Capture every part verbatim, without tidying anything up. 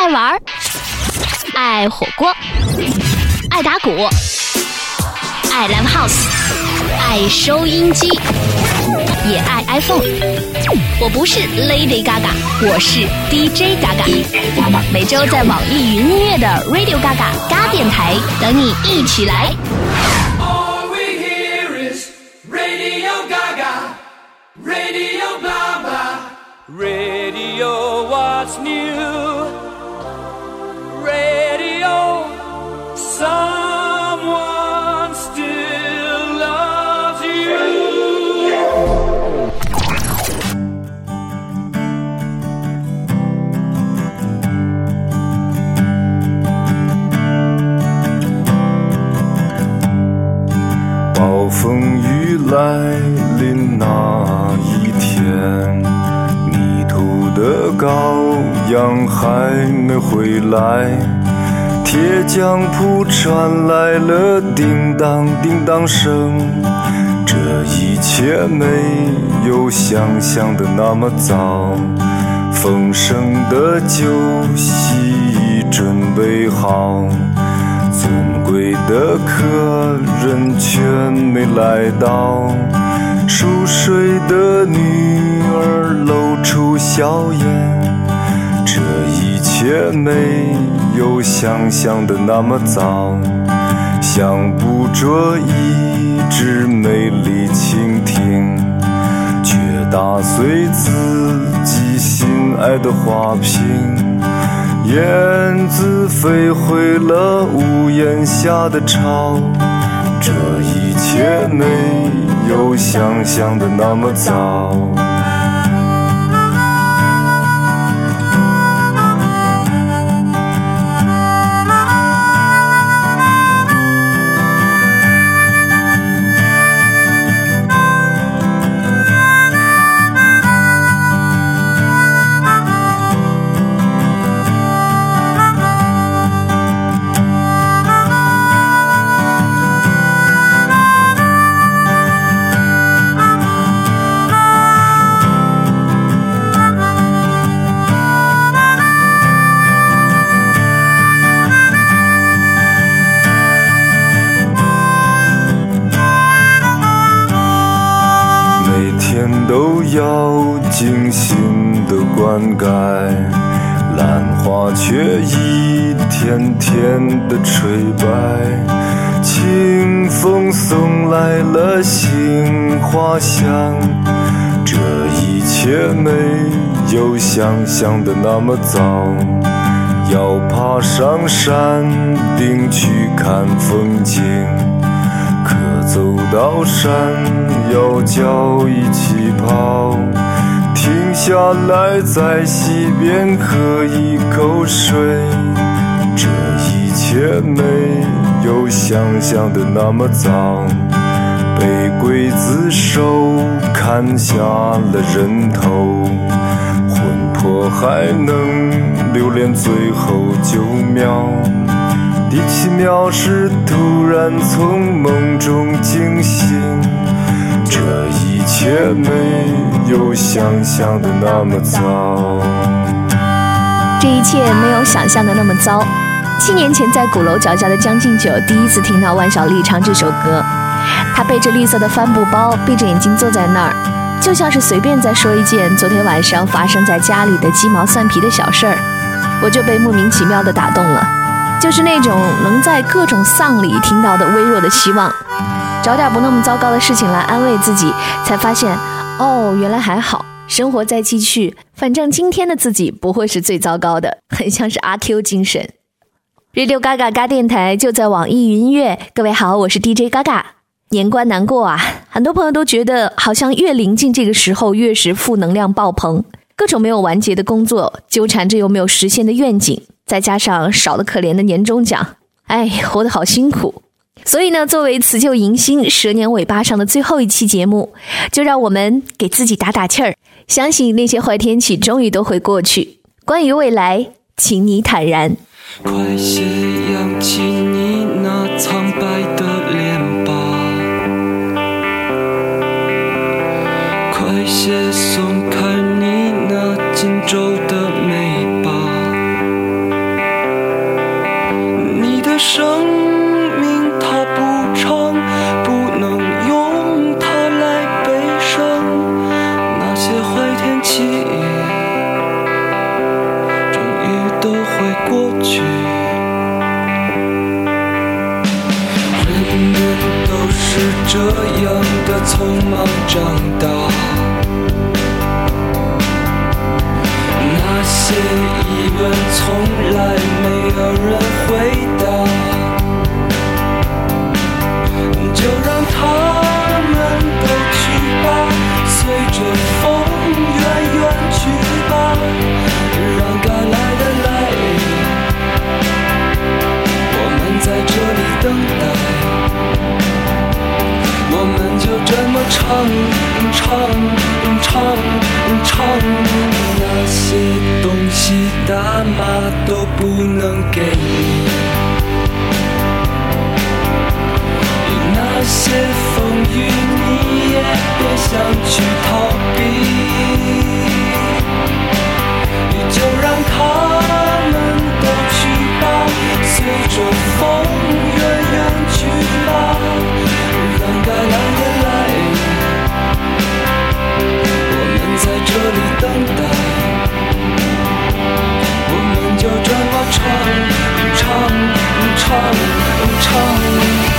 爱玩，爱火锅，爱打鼓，爱 Live House， 爱收音机，也爱 iPhone。我不是 Lady Gaga， 我是 D J Gaga。每周在网易云音乐的 Radio Gaga 嘎电台等你一起来。 All we hear is Radio Gaga, Radio blah blah, Radio what's new, Radio someone still loves you。 暴风雨来临那一天，迷途的羔羊还没回来，铁匠铺传来了叮当叮当声，这一切没有想象的那么早，丰盛的酒席已准备好，尊贵的客人却没来到，熟睡的女儿露出笑颜，这一切没有想象的那么早，想捕捉一只美丽蜻蜓，却打碎自己心爱的花瓶，燕子飞回了屋檐下的巢，这一切没有想象的那么早。都要精心的灌溉，兰花却一天天的垂败，清风送来了杏花香，这一切没有想象的那么早，要爬上山顶去看风景，可走到山要脚一起跑，停下来在溪边喝一口水，这一切没有想象的那么早，被刽子手砍下了人头，魂魄还能留恋最后九秒，第七秒是突然从梦中惊醒，这一切没有想象的那么糟， 这一切没有想象的那么糟。七年前在鼓楼脚下的将进酒第一次听到万晓利唱这首歌，他背着绿色的帆布包，闭着眼睛坐在那儿，就像是随便在说一件昨天晚上发生在家里的鸡毛蒜皮的小事儿，我就被莫名其妙地打动了，就是那种能在各种丧里听到的微弱的希望，找点不那么糟糕的事情来安慰自己，才发现哦，原来还好，生活在继续，反正今天的自己不会是最糟糕的，很像是阿 Q 精神。Radio Gaga 嘎电台就在网易云音乐，各位好，我是 D J Gaga。年关难过啊，很多朋友都觉得好像越临近这个时候越是负能量爆棚，各种没有完结的工作，纠缠着又没有实现的愿景，再加上少了可怜的年终奖，哎，活得好辛苦。所以呢，作为辞旧迎新蛇年尾巴上的最后一期节目，就让我们给自己打打气儿，相信那些坏天气终于都会过去。关于未来，请你坦然。 快些扬起你那苍白的脸吧，快些松开你那紧皱的眉吧， 生命它不长，不能用它来悲伤。那些坏天气终于都会过去。人们都是这样的匆忙长大，那些疑问从来没有人回答，就让他们都去吧，随着风远远去吧，让该来的来，我们在这里等待，我们就这么唱唱唱唱，那些东西大妈都不能给你，那些风雨你也别想去逃避，就让他们都去吧，随着风远远去吧，让该来的来，我们在这里等待，我们就这么唱唱唱唱。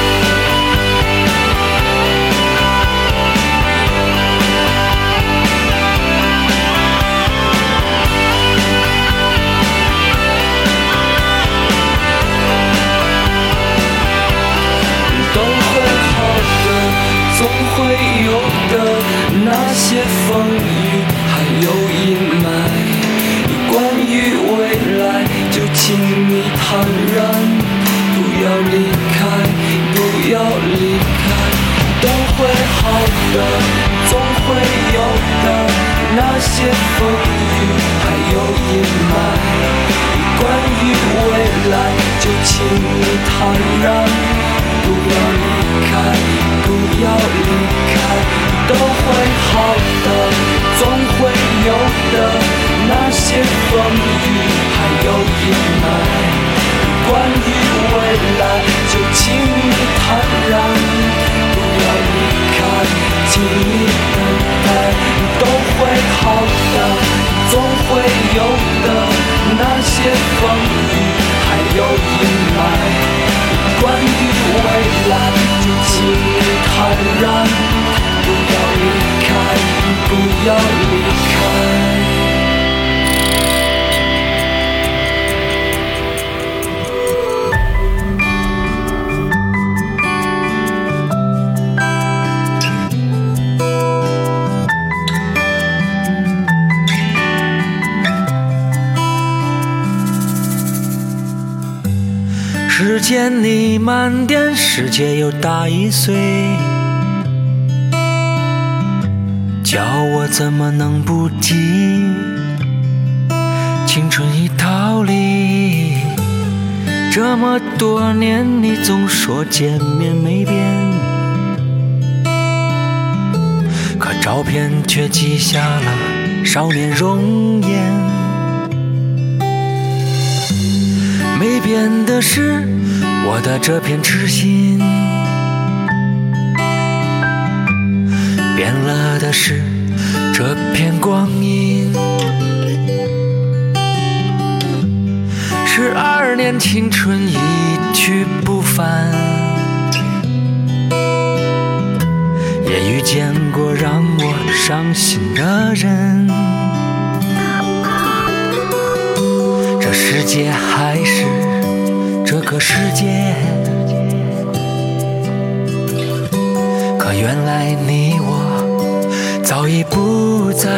总会有的，那些风雨还有阴霾，关于未来就请你坦然，不要离开，不要离开，都会好的，总会有的，那些风雨还有阴霾，关于未来就请你坦然，不要离开，不要离开，都会好的，总会有的，那些风雨还有阴霾，关于未来就请你坦然，不要离开，请你等待，都会好的，总会有的，那些风雨还有阴霾，关于未来就请你坦然，不要离开，不要离开。时间里慢点，世界又大一岁，叫我怎么能不记？青春已逃离，这么多年你总说见面没变，可照片却记下了少年容颜。没变的是我的这片痴心，变了的是这片光阴。十二年青春一去不返，也遇见过让我伤心的人，这世界还是这个世界，可原来你我早已不在。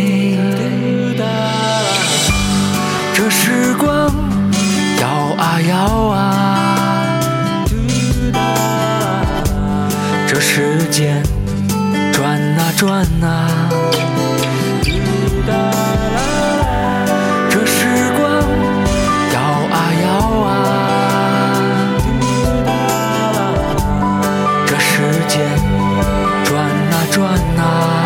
这时光摇啊摇啊，这时间转啊转啊，这时光摇啊摇啊，这时间转啊转啊。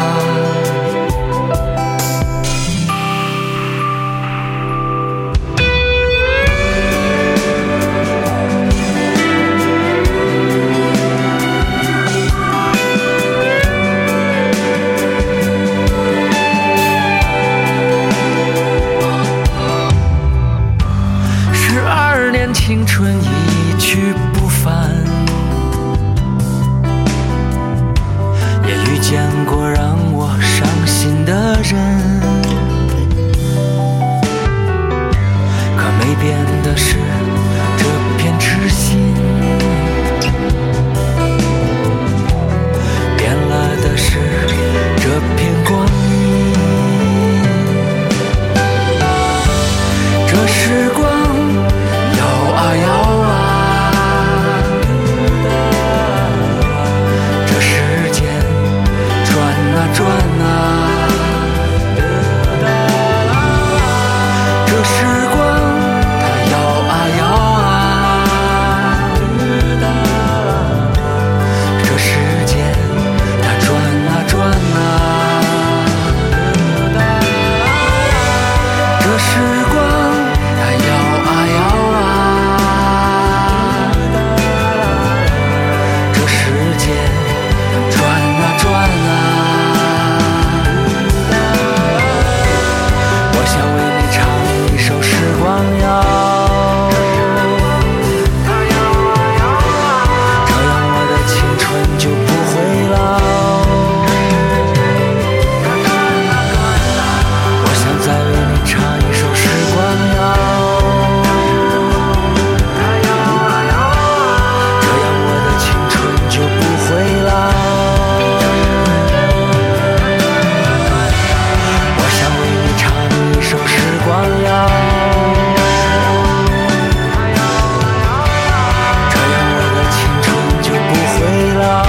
时光摇啊摇啊，这时间转啊转啊，这时光它摇啊摇啊，这时间它转啊转啊，这时光它摇啊摇啊，这时间它转啊转啊，我想为你唱一首时光谣，这样我的青春就不会老。我想再为你唱一首时光谣，这样我的青春就不会老。我想为你唱一首时光谣，这样我的青春就不会老。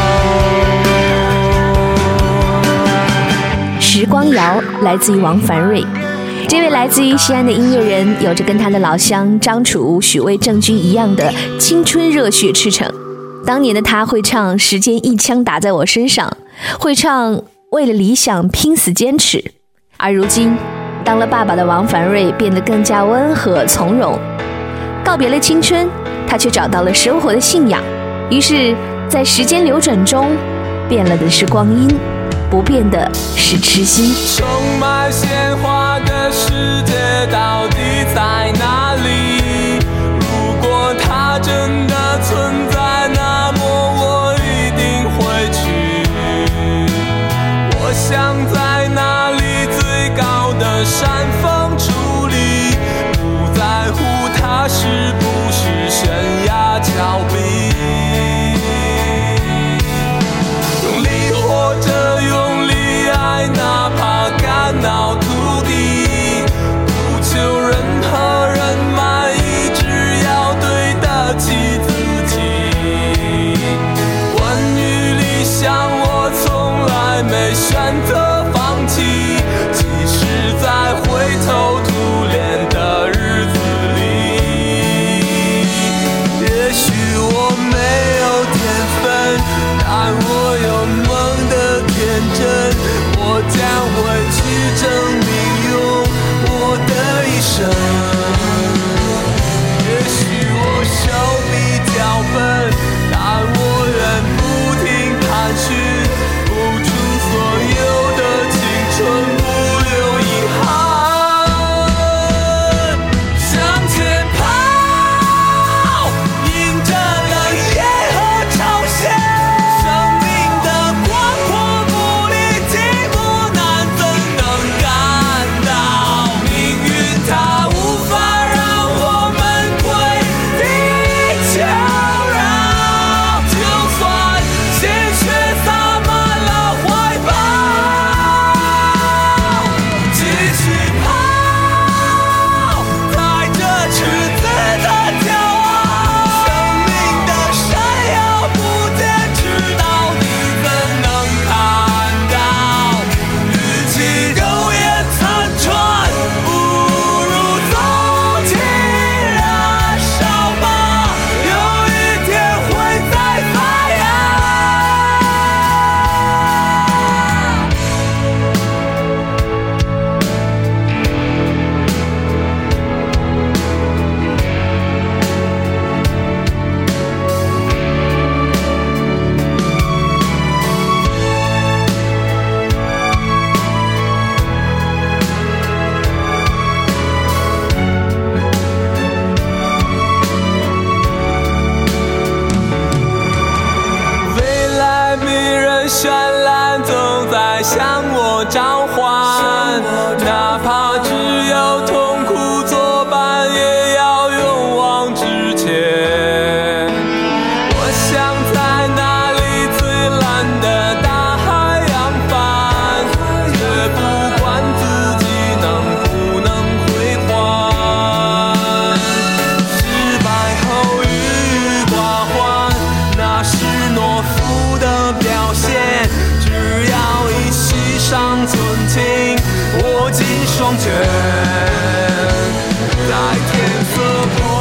时光谣来自于王凡瑞，这位来自于西安的音乐人，有着跟他的老乡张楚、许巍、郑钧一样的青春热血赤诚。当年的他会唱《时间一枪打在我身上》，会唱为了理想拼死坚持。而如今当了爸爸的王凡瑞变得更加温和从容，告别了青春，他却找到了生活的信仰。于是在时间流转中，变了的是光阴，不变的是痴心。 充满鲜花的世界到底在哪里？如果它真的存在，那么我一定会去。我想在那里最高的山峰矗立，不在乎它是不是悬崖峭壁。用力活着，用力爱，哪怕肝脑涂地，不求任何人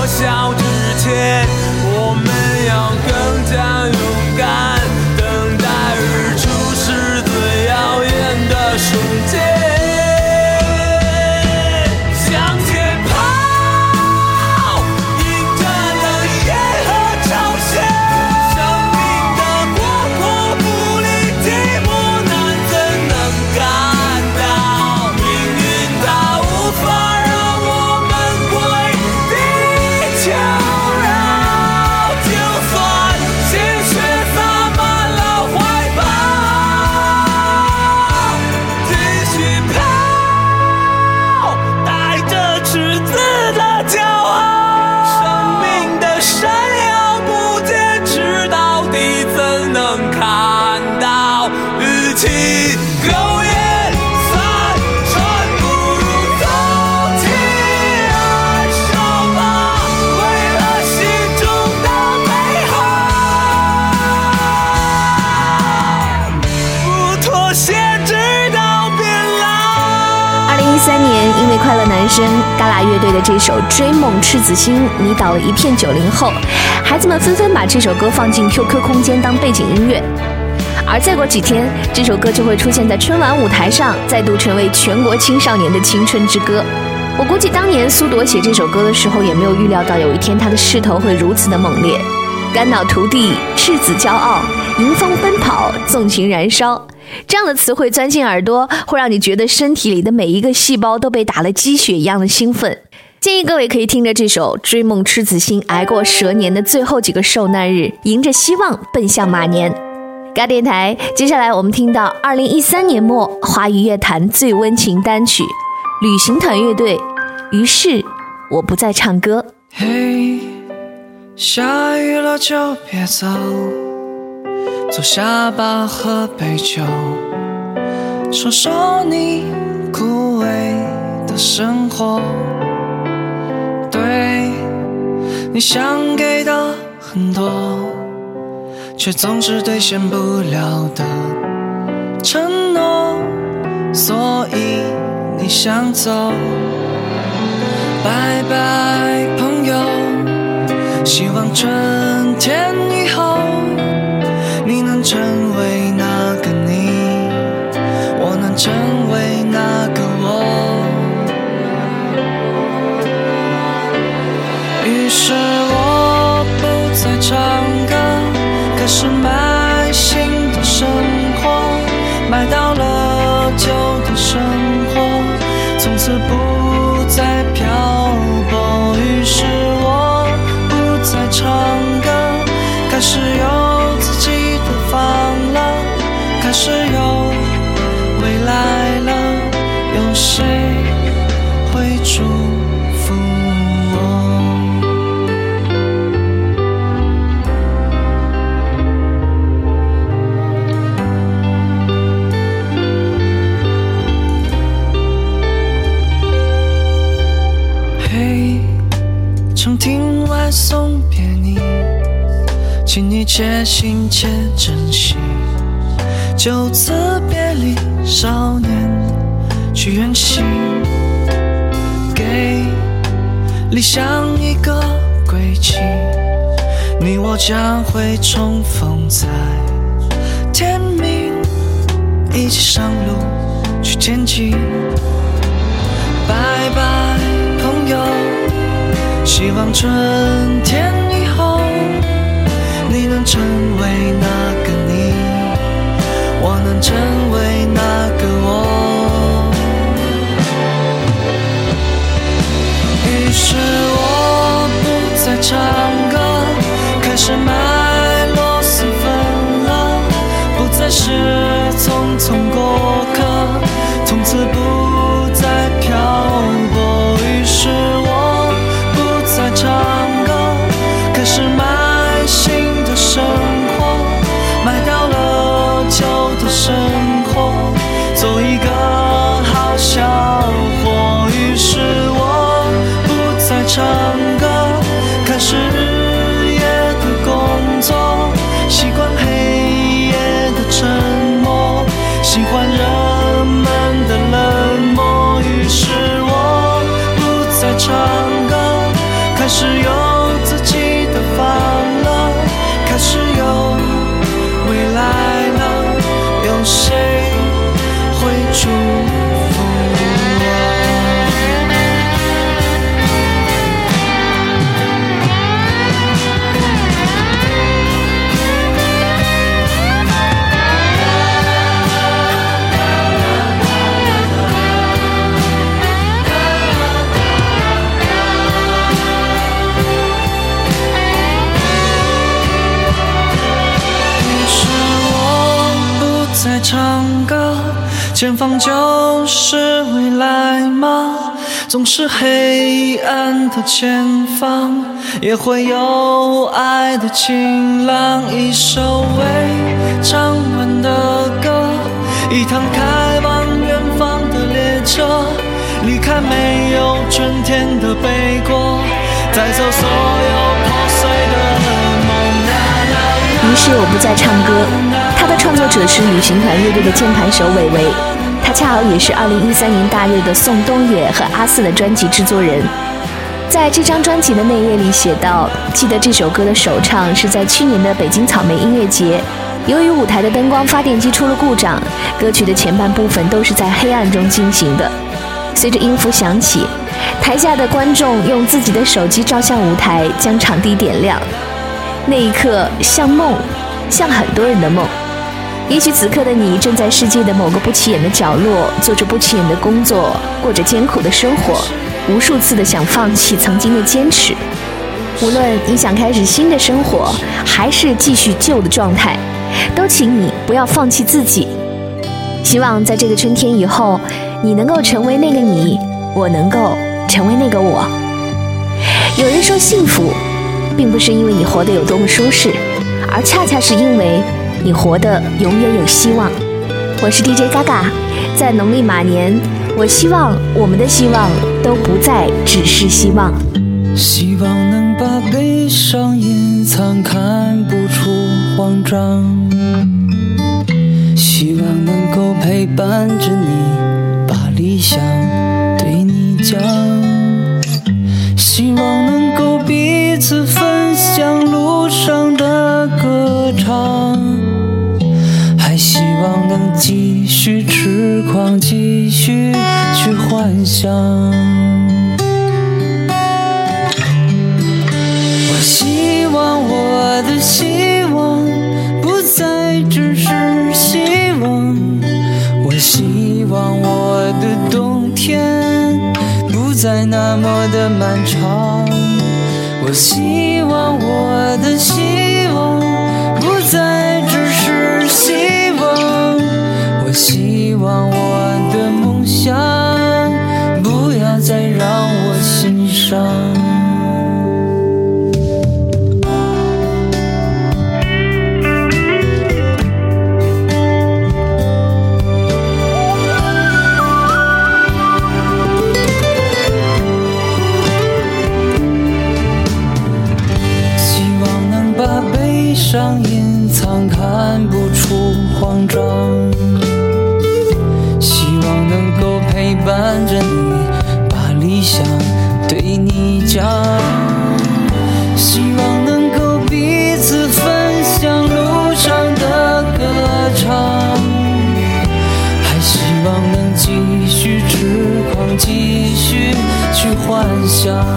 破晓之前，我们要更加勇敢，等待日出是最耀眼的瞬间。 快乐男声嘎啦乐队的这首《追梦赤子心》迷倒了一片九零后，孩子们纷纷把这首歌放进 Q Q 空间当背景音乐。而再过几天，这首歌就会出现在春晚舞台上，再度成为全国青少年的青春之歌。我估计当年苏朵写这首歌的时候，也没有预料到有一天她的势头会如此的猛烈。肝脑涂地，赤子骄傲，迎风奔跑，纵情燃烧。这样的词汇钻进耳朵，会让你觉得身体里的每一个细胞都被打了鸡血一样的兴奋。建议各位可以听着这首《追梦赤子心》，挨过蛇年的最后几个受难日，迎着希望奔向马年。嘎电台，接下来我们听到二零一三年末华语乐坛最温情单曲旅行团乐队，于是我不再唱歌。 嘿，下雨了就别走，坐下吧，喝杯酒，说说你枯萎的生活。对，你想给的很多，却总是兑现不了的承诺，所以你想走。拜拜朋友，希望春天以后你能成为那个你，我能成为那个我。于是我不再唱歌，开始买新的生活，买到了旧的生活，从此不再漂泊。于是我不再唱歌，开始有自己的房了，开始有未来了，有谁会祝福我？嘿，长亭外送别你，请你且行且珍惜，就此别离少年去远行，给理想一个归期，你我将会重逢在天明，一起上路去前进。拜拜朋友，希望春天以后你能成为那个你，我能成为那个我。于是我不再唱歌，开始买螺蛳粉了，不再是匆匆过客，从此不再漂泊。于是我不再唱歌，开始买新的生活，买到了旧的生活，做一个好小伙。于是我不再唱歌，开始日夜的工作，习惯黑夜的沉默，喜欢人们的冷漠。于是我不再唱歌，开开始有自己的房了，开始有未来了，有谁会祝福我？在唱歌，前方就是未来吗？总是黑暗的前方，也会有爱的晴朗。一首未唱完的歌，一趟开往远方的列车，离开没有春天的北国，带走所有破碎的梦。 于是我不再唱歌。他的创作者是旅行团乐队的键盘手韦唯，他恰好也是二零一三年大热的宋冬野和阿肆的专辑制作人。在这张专辑的内页里写道，记得这首歌的首唱是在去年的北京草莓音乐节，由于舞台的灯光发电机出了故障，歌曲的前半部分都是在黑暗中进行的。随着音符响起，台下的观众用自己的手机照向舞台，将场地点亮。那一刻像梦，像很多人的梦。也许此刻的你正在世界的某个不起眼的角落，做着不起眼的工作，过着艰苦的生活，无数次的想放弃曾经的坚持。无论你想开始新的生活，还是继续旧的状态，都请你不要放弃自己。希望在这个春天以后，你能够成为那个你，我能够成为那个我。有人说幸福并不是因为你活得有多么舒适，而恰恰是因为你活得永远有希望。我是 D J Gaga， 在农历马年，我希望我们的希望都不再只是希望。 希望能把悲伤隐藏，看不出慌张，希望能够陪伴着你，把理想对你讲，希望能够彼此分享路上的歌唱，还希望能继续痴狂，继续去幻想。我希望我的希望不再只是希望，我希望我的冬天不再那么的漫长，我希望我的希望不再只是希望，我希望我的梦想不要再让我心伤。伤隐藏，看不出慌张，希望能够陪伴着你，把理想对你讲，希望能够彼此分享路上的歌唱，还希望能继续痴狂，继续去幻想。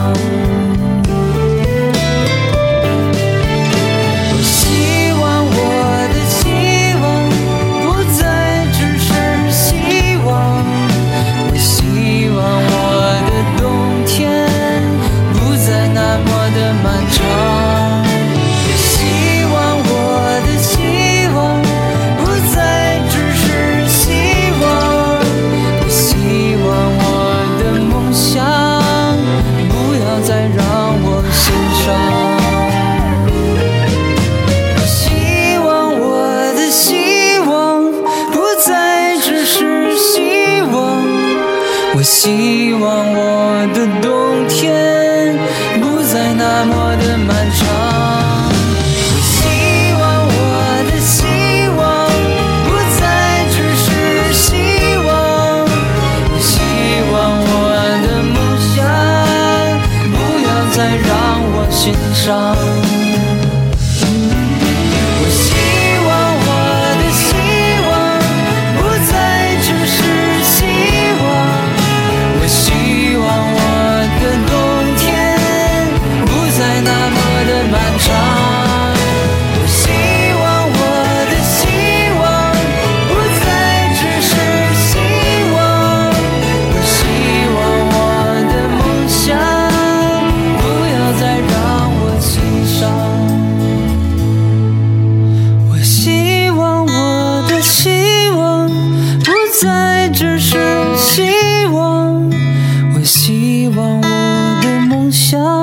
我希望我的冬天不再那么的漫长，我希望我的希望不再只是希望，我希望我的梦想不要再让心上。我希望我的希望不再只是希望，我希望我的冬天不再那么的漫长。只是希望，我希望我的梦想